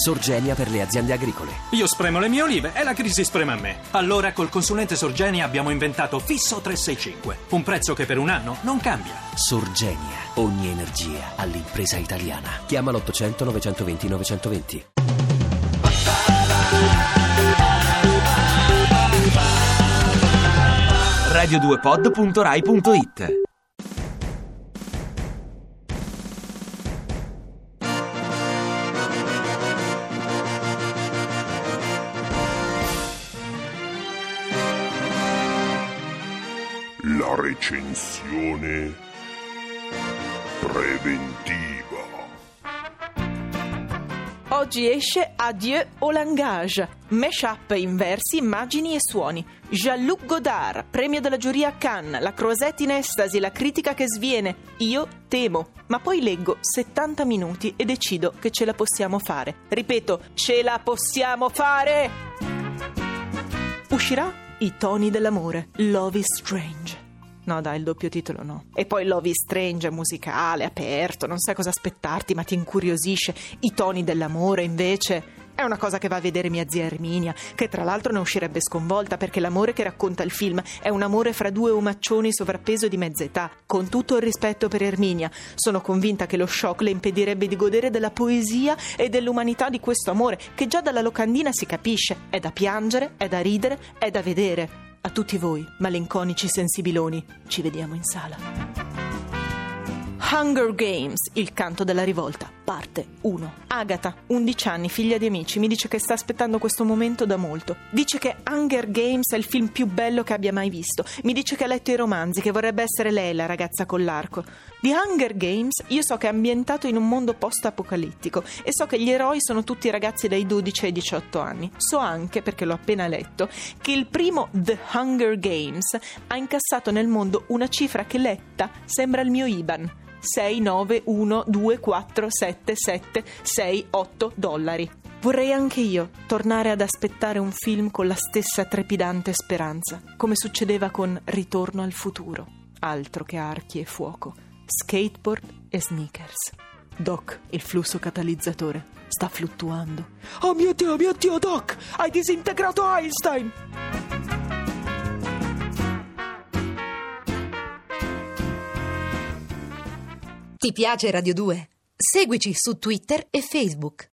Sorgenia per le aziende agricole. Io spremo le mie olive e la crisi sprema me. Allora col consulente Sorgenia abbiamo inventato Fisso 365, un prezzo che per un anno non cambia. Sorgenia, ogni energia all'impresa italiana. Chiama l'800 920 920. radio2pod.rai.it. La recensione preventiva. Oggi esce Adieu au langage, mashup in versi, immagini e suoni. Jean-Luc Godard, premio della giuria a Cannes, la Croisette in estasi, la critica che sviene. Io temo, ma poi leggo 70 minuti e decido che ce la possiamo fare. Ripeto, ce la possiamo fare! Uscirà I toni dell'amore, Love is Strange. No dai, il doppio titolo no. E poi Love is Strange è musicale, aperto, non sai cosa aspettarti, ma ti incuriosisce. I toni dell'amore invece è una cosa che va a vedere mia zia Erminia, che tra l'altro ne uscirebbe sconvolta, perché l'amore che racconta il film è un amore fra due omaccioni sovrappeso di mezza età. Con tutto il rispetto per Erminia, sono convinta che lo shock le impedirebbe di godere della poesia e dell'umanità di questo amore, che già dalla locandina si capisce, è da piangere, è da ridere, è da vedere. A tutti voi, malinconici sensibiloni, ci vediamo in sala. Hunger Games, il canto della rivolta, parte 1. Agatha, 11 anni, figlia di amici, mi dice che sta aspettando questo momento da molto. Dice che Hunger Games è il film più bello che abbia mai visto. Mi dice che ha letto i romanzi, che vorrebbe essere lei la ragazza con l'arco. Di Hunger Games io so che è ambientato in un mondo post-apocalittico e so che gli eroi sono tutti ragazzi dai 12 ai 18 anni. So anche, perché l'ho appena letto, che il primo The Hunger Games ha incassato nel mondo una cifra che letta sembra il mio IBAN. $691247768. Vorrei anche io tornare ad aspettare un film con la stessa trepidante speranza, come succedeva con Ritorno al futuro. Altro che archi e fuoco, skateboard e sneakers. Doc, il flusso catalizzatore sta fluttuando. Oh mio Dio, Doc! Hai disintegrato Einstein! Ti piace Radio 2? Seguici su Twitter e Facebook.